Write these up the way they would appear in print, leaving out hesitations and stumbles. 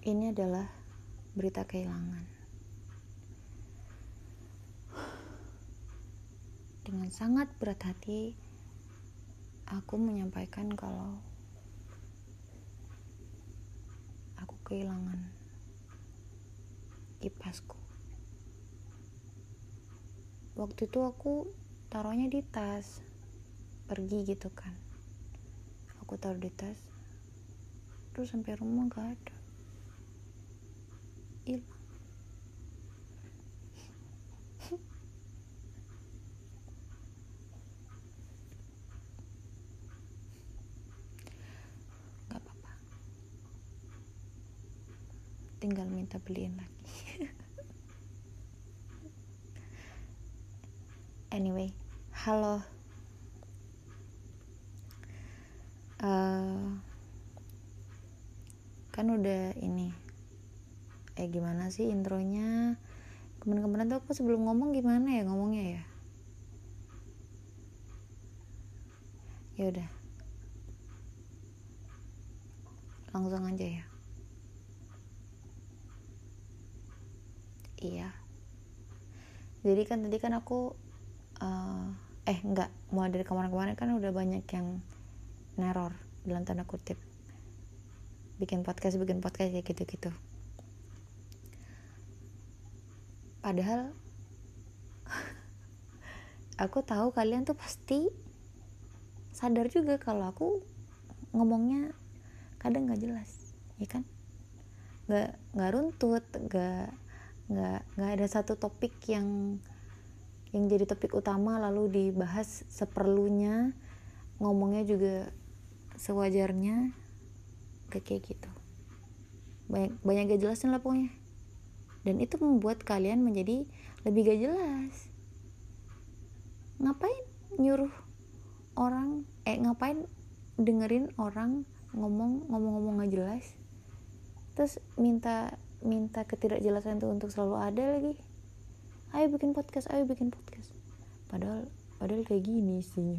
Ini adalah berita kehilangan. Dengan sangat berat hati, aku menyampaikan kalau aku kehilangan kipasku. Waktu itu aku taruhnya di tas, pergi gitu kan. Aku taruh di tas, terus sampai rumah gak ada, hilang. Gak apa-apa, tinggal minta beliin lagi. Anyway, halo. Kan udah ini, gimana sih intronya? Kemarin-kemarin tuh aku sebelum ngomong gimana ya ngomongnya ya? Ya udah, langsung aja ya. Iya. Jadi kan tadi kan aku enggak, mulai dari kemarin-kemarin kan udah banyak yang neror dalam tanda kutip, bikin podcast kayak gitu-gitu. Padahal aku tahu kalian tuh pasti sadar juga kalau aku ngomongnya kadang nggak jelas, ya kan? Nggak runtut, nggak ada satu topik yang jadi topik utama lalu dibahas seperlunya, ngomongnya juga sewajarnya, kayak gitu. Banyak gak jelasin lah pokoknya, dan itu membuat kalian menjadi lebih gak jelas. Ngapain nyuruh orang, ngapain dengerin orang ngomong gak jelas, terus minta ketidakjelasan itu untuk selalu ada lagi. Ayo bikin podcast. Padahal kayak gini sih.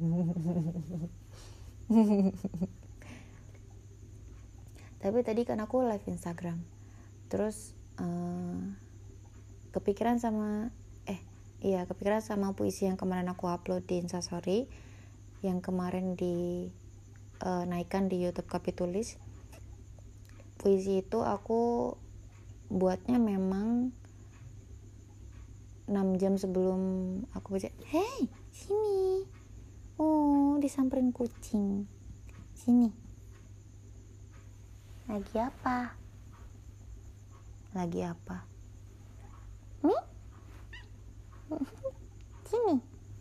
Tapi tadi kan aku live Instagram, terus kepikiran sama puisi yang kemarin aku upload di Instastory, yang kemarin naikkan di YouTube Kapitulis. Puisi itu aku buatnya memang 6 jam sebelum aku baca. Hey, sini. Oh, disamperin kucing. Sini. Lagi apa? Nih? Sini.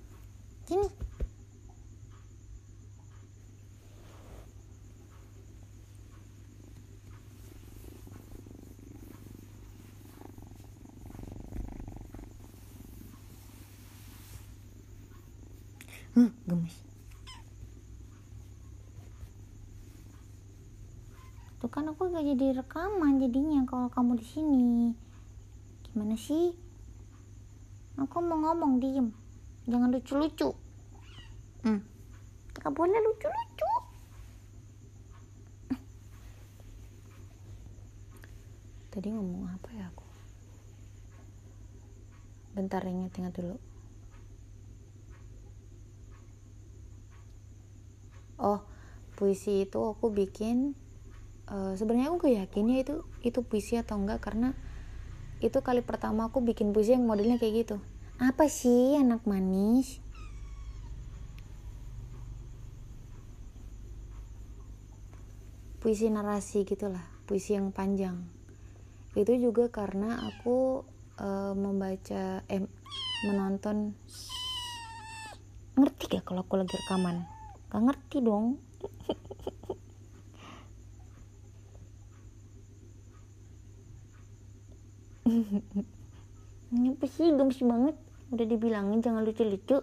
Gemes. Tuh kan aku gak jadi rekaman jadinya kalau kamu di sini. Gimana sih? Aku mau ngomong, diem. Jangan lucu-lucu. Gak boleh lucu-lucu. Tadi ngomong apa ya aku? Bentar, ingat dulu. Oh, puisi itu aku bikin, sebenarnya aku gak yakin ya itu puisi atau enggak, karena itu kali pertama aku bikin puisi yang modelnya kayak gitu. Apa sih anak manis? Puisi narasi gitulah, puisi yang panjang. Itu juga karena aku menonton. Ngerti gak kalau aku lagi rekaman? Gak ngerti dong. Apa sih, gemes banget. Udah dibilangin jangan lucu-lucu.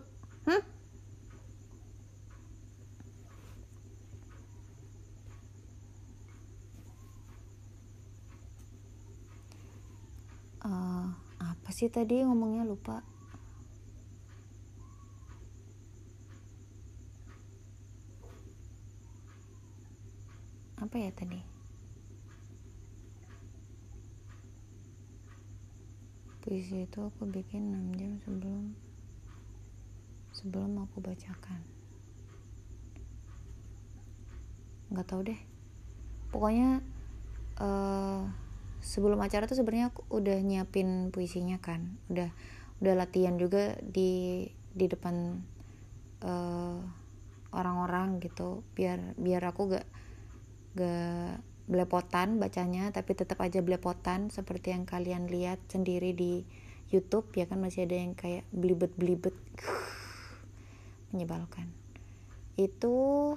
Apa sih tadi ngomongnya, lupa. Apa ya tadi? Puisi itu aku bikin 6 jam sebelum aku bacakan. Nggak tahu deh, pokoknya sebelum acara tuh sebenarnya aku udah nyiapin puisinya kan, udah latihan juga di depan orang-orang gitu, biar aku gak belepotan bacanya, tapi tetap aja belepotan seperti yang kalian lihat sendiri di YouTube ya kan, masih ada yang kayak belibet menyebalkan. Itu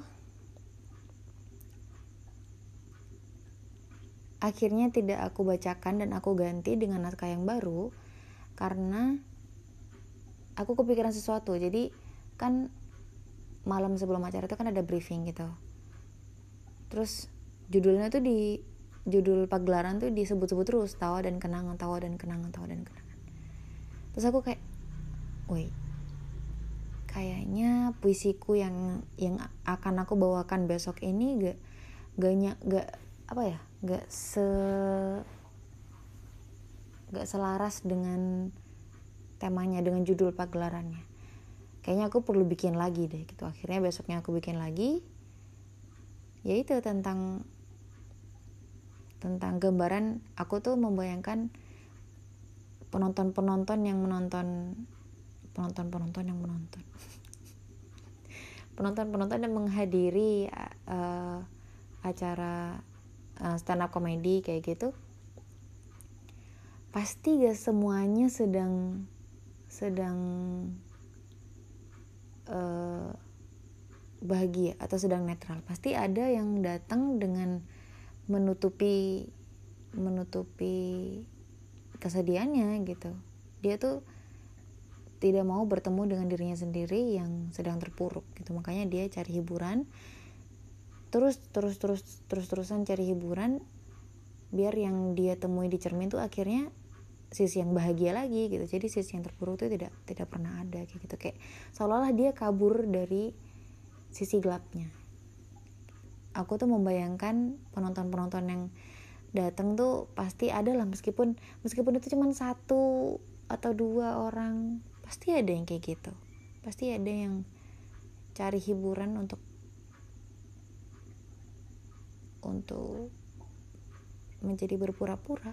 akhirnya tidak aku bacakan dan aku ganti dengan naskah yang baru karena aku kepikiran sesuatu. Jadi kan malam sebelum acara itu kan ada briefing gitu, terus judulnya tuh di judul pagelaran tuh disebut-sebut terus tawa dan kenangan. Terus aku kayak, woi, kayaknya puisiku yang akan aku bawakan besok ini gak selaras dengan temanya, dengan judul pagelarannya. Kayaknya aku perlu bikin lagi deh gitu. Akhirnya besoknya aku bikin lagi, yaitu tentang gambaran. Aku tuh membayangkan penonton yang menghadiri acara stand up comedy kayak gitu. Pasti gak semuanya sedang bahagia atau sedang netral. Pasti ada yang datang dengan menutupi kesedihannya gitu. Dia tuh tidak mau bertemu dengan dirinya sendiri yang sedang terpuruk gitu. Makanya dia cari hiburan, terusan cari hiburan, biar yang dia temui di cermin tuh akhirnya sisi yang bahagia lagi gitu. Jadi sisi yang terpuruk itu tidak pernah ada kayak gitu. Kayak seolah-olah dia kabur dari sisi gelapnya. Aku tuh membayangkan penonton yang datang tuh pasti ada lah, meskipun itu cuma 1 atau 2 orang, pasti ada yang kayak gitu. Pasti ada yang cari hiburan untuk menjadi berpura-pura.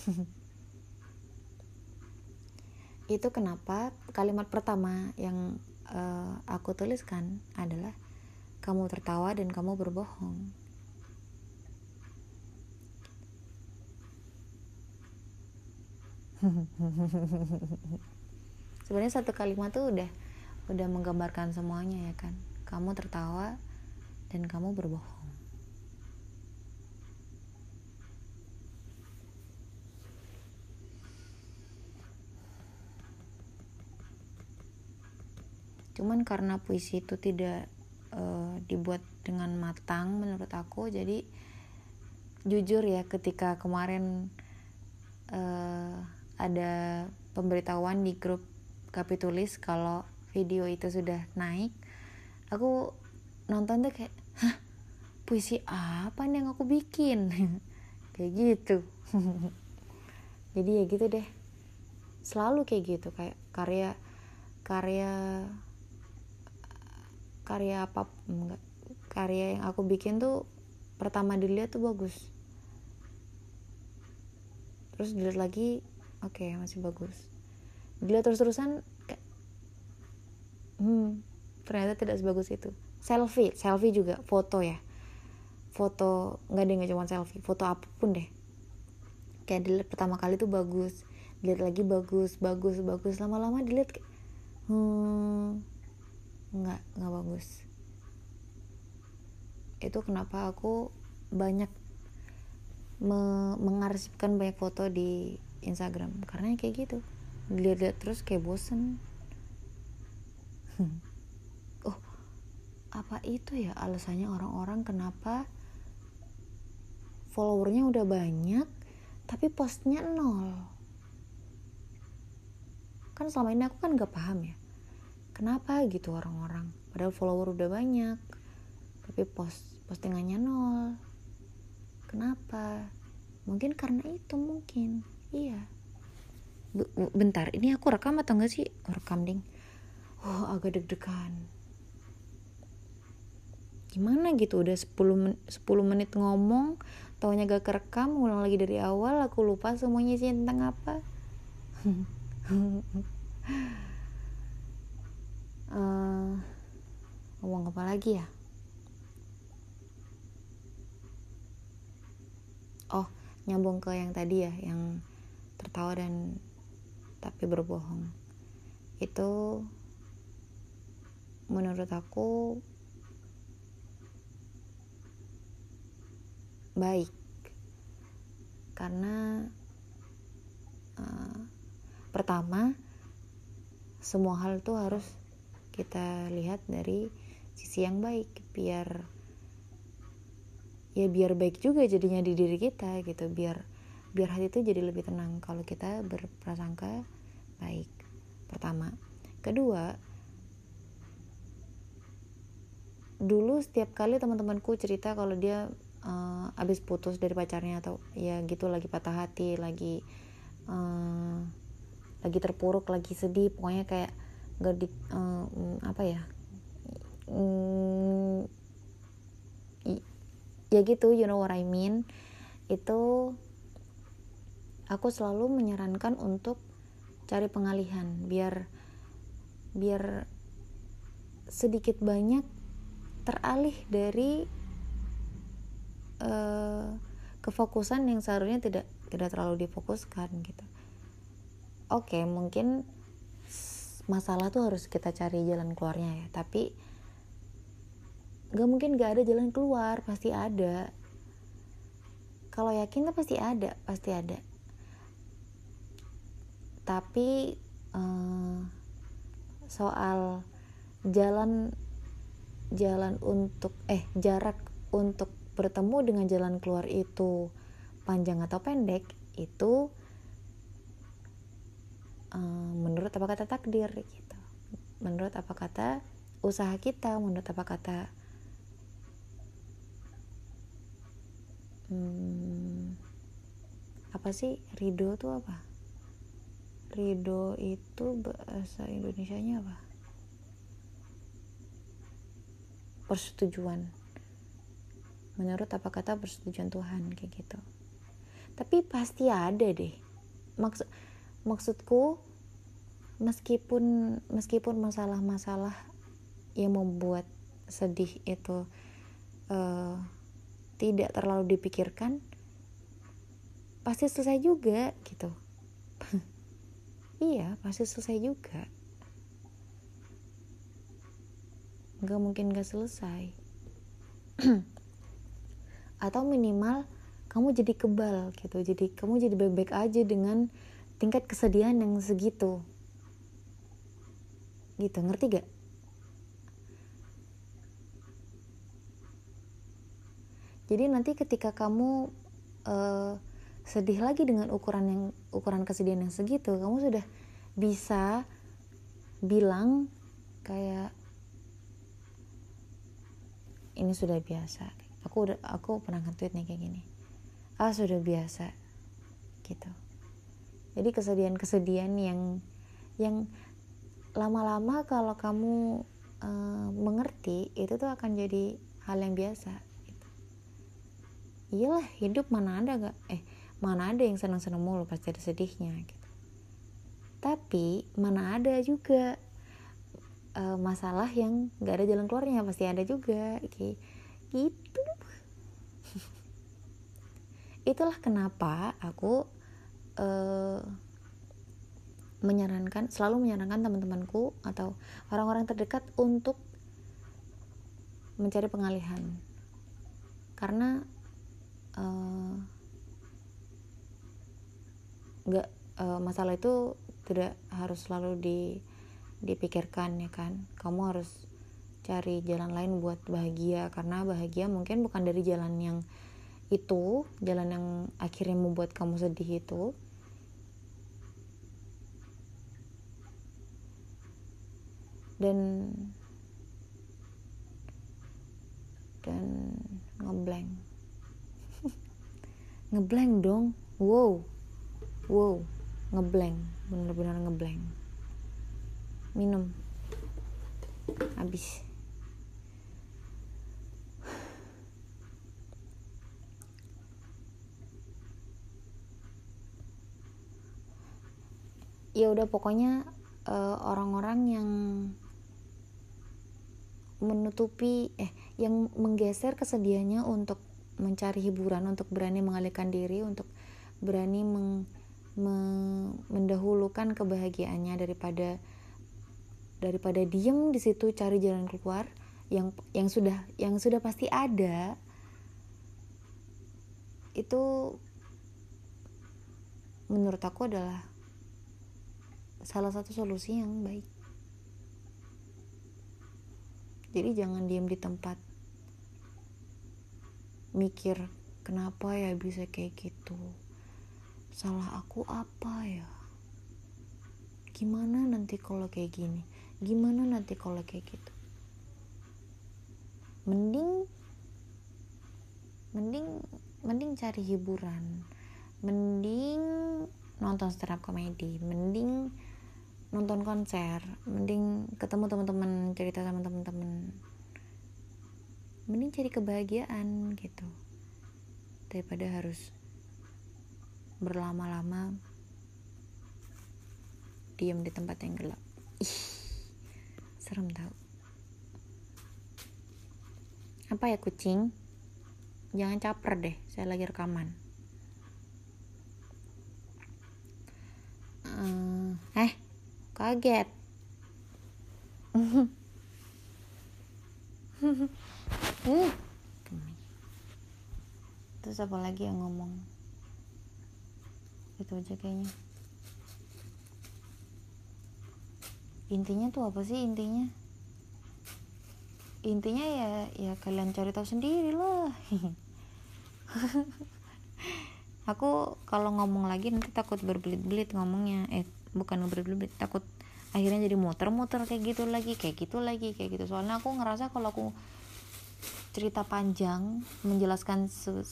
Itu kenapa kalimat pertama yang aku tuliskan adalah kamu tertawa dan kamu berbohong. Sebenarnya satu kalimat tuh udah menggambarkan semuanya ya kan. Kamu tertawa dan kamu berbohong. Cuman karena puisi itu tidak dibuat dengan matang menurut aku, jadi jujur ya, ketika kemarin ada pemberitahuan di grup Kapitulis kalau video itu sudah naik, aku nonton tuh kayak, hah, puisi apa nih yang aku bikin? Kayak gitu. Jadi ya gitu deh, selalu kayak gitu, kayak karya yang aku bikin tuh pertama dilihat tuh bagus, terus dilihat lagi oke, masih bagus, dilihat terus-terusan kayak ternyata tidak sebagus itu. Selfie juga, foto nggak cuma selfie, foto apapun deh, kayak dilihat pertama kali tuh bagus, dilihat lagi bagus, lama-lama dilihat kayak nggak bagus. Itu kenapa aku banyak mengarsipkan banyak foto di Instagram, karena kayak gitu, dilihat terus kayak bosen. Oh, apa itu ya alasannya orang-orang kenapa followernya udah banyak tapi postnya 0? Kan selama ini aku kan gak paham ya, kenapa gitu orang-orang padahal follower udah banyak tapi postingannya 0. Kenapa? Mungkin karena itu, iya. Bentar, ini aku rekam atau enggak sih? Rekam ding. Agak deg-degan. Gimana gitu, udah 10 menit ngomong, taunya gak kerekam, ngulang lagi dari awal, aku lupa semuanya sih tentang apa. Ngomong apa lagi ya? Nyambung ke yang tadi ya, yang tertawa dan tapi berbohong. Itu menurut aku baik, karena pertama, semua hal tuh harus kita lihat dari sisi yang baik, biar baik juga jadinya di diri kita gitu, biar hati itu jadi lebih tenang kalau kita berprasangka baik. Pertama. Kedua, dulu setiap kali teman-temanku cerita kalau dia abis putus dari pacarnya, atau ya gitu, lagi patah hati, lagi terpuruk, lagi sedih, pokoknya kayak gak di ya gitu, you know what I mean. Itu aku selalu menyarankan untuk cari pengalihan, biar sedikit banyak teralih dari kefokusan yang seharusnya tidak terlalu difokuskan gitu. Oke, mungkin masalah tuh harus kita cari jalan keluarnya ya, tapi gak mungkin gak ada jalan keluar, pasti ada. Kalau yakin tuh pasti ada. Tapi soal jarak untuk bertemu dengan jalan keluar itu panjang atau pendek, itu menurut apa kata takdir gitu, menurut apa kata usaha kita, menurut apa kata apa sih ridho tuh apa? Ridho itu bahasa Indonesianya apa? Persetujuan. Menurut apa kata persetujuan Tuhan, kayak gitu. Tapi pasti ada deh. Maksudku, meskipun masalah-masalah yang membuat sedih itu tidak terlalu dipikirkan, pasti selesai juga gitu. Iya, pasti selesai juga. Gak mungkin gak selesai. Atau minimal kamu jadi kebal gitu, jadi kamu jadi baik-baik aja dengan tingkat kesedihan yang segitu gitu, ngerti gak? Jadi nanti ketika kamu sedih lagi dengan ukuran kesedihan yang segitu, kamu sudah bisa bilang kayak ini sudah biasa. Aku pernah nge-tweet nih kayak gini, sudah biasa gitu. Jadi kesedihan yang lama-lama kalau kamu mengerti, itu tuh akan jadi hal yang biasa gitu. Iyalah, hidup mana ada yang senang-senang mulu, pasti ada sedihnya gitu. Tapi mana ada juga masalah yang gak ada jalan keluarnya, pasti ada juga gitu. Itulah kenapa aku selalu menyarankan teman-temanku atau orang-orang terdekat untuk mencari pengalihan, karena masalah itu tidak harus selalu dipikirkan ya kan. Kamu harus cari jalan lain buat bahagia, karena bahagia mungkin bukan dari jalan yang akhirnya membuat kamu sedih itu. Dan ngeblank dong. Wow, ngeblank, benar-benar ngeblank. Minum, habis. Ya udah, pokoknya orang-orang yang yang menggeser kesedihannya untuk mencari hiburan, untuk berani mengalihkan diri, untuk berani mendahulukan kebahagiaannya daripada diem di situ cari jalan keluar yang sudah pasti ada. Itu menurut aku adalah salah satu solusi yang baik. Jadi jangan diam di tempat mikir kenapa ya bisa kayak gitu, salah aku apa ya, gimana nanti kalau kayak gini, gimana nanti kalau kayak gitu. Mending cari hiburan, mending nonton stand up comedy, mending nonton konser, mending ketemu teman-teman, cerita sama teman-teman, mending cari kebahagiaan gitu, daripada harus berlama-lama diam di tempat yang gelap. Serem tau. Apa ya kucing? Jangan caper deh, saya lagi rekaman. Kaget. Terus apa lagi yang ngomong? Itu aja kayaknya. Intinya tuh apa sih intinya? Intinya ya kalian cari tahu sendiri lah. Aku kalau ngomong lagi nanti takut berbelit-belit ngomongnya. Bukan berbelit-belit, takut akhirnya jadi muter-muter kayak gitu lagi. Soalnya aku ngerasa kalau aku cerita panjang menjelaskan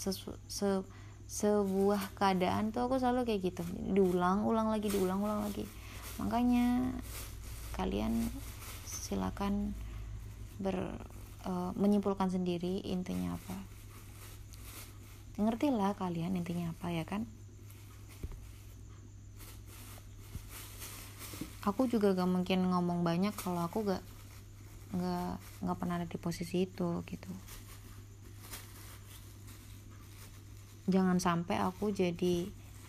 sebuah keadaan tuh aku selalu kayak gitu, diulang-ulang lagi. Makanya kalian silakan menyimpulkan sendiri intinya apa. Ngerti lah kalian intinya apa ya kan. Aku juga gak mungkin ngomong banyak kalau aku gak pernah ada di posisi itu gitu. Jangan sampai aku jadi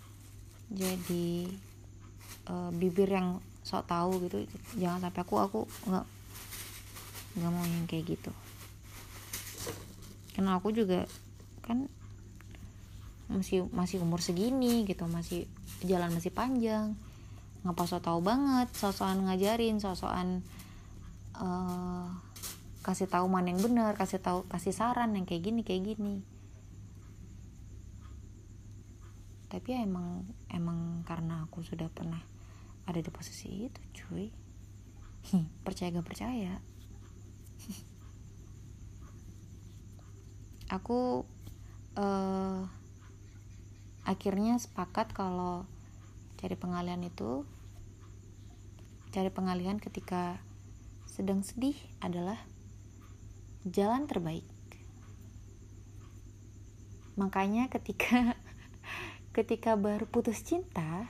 bibir yang sok tahu gitu. Jangan sampai aku nggak mau yang kayak gitu. Karena aku juga kan masih umur segini gitu, jalan masih panjang. Ngapa sok tahu banget, sosokan ngajarin, sosokan kasih tahu mana yang benar, kasih saran yang kayak gini. Tapi ya emang karena aku sudah pernah ada di posisi itu, cuy. Percaya gak percaya. Aku akhirnya sepakat kalau cari pengalihan ketika sedang sedih adalah jalan terbaik. Makanya ketika baru putus cinta,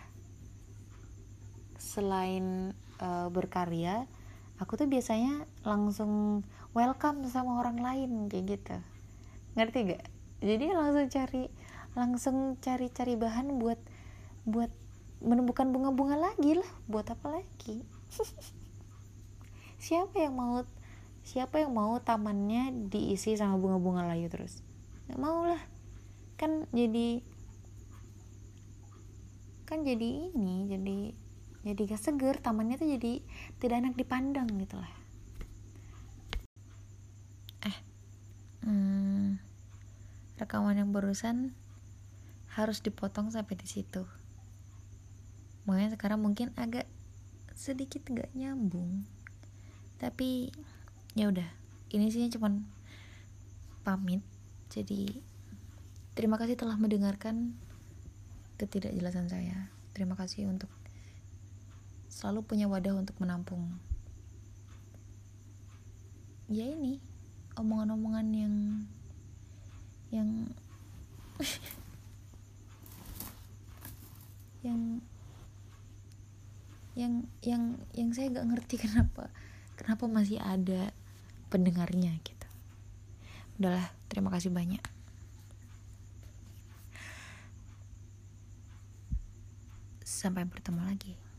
selain berkarya, aku tuh biasanya langsung welcome sama orang lain kayak gitu. Ngerti gak? Jadi langsung cari bahan buat menumbuhkan bunga-bunga lagi lah. Buat apa lagi? Siapa yang mau tamannya diisi sama bunga-bunga layu terus? Gak mau lah. Kan jadi gak seger, tamannya tuh jadi tidak enak dipandang gitu lah. Rekaman yang barusan harus dipotong sampai di situ. Makanya sekarang mungkin agak sedikit gak nyambung. Tapi ya udah, ini sih cuman pamit. Jadi terima kasih telah mendengarkan ketidakjelasan saya. terima kasih untuk selalu punya wadah untuk menampung ya ini omongan-omongan yang yang saya gak ngerti kenapa masih ada pendengarnya gitu. Udahlah, terima kasih banyak. Sampai bertemu lagi.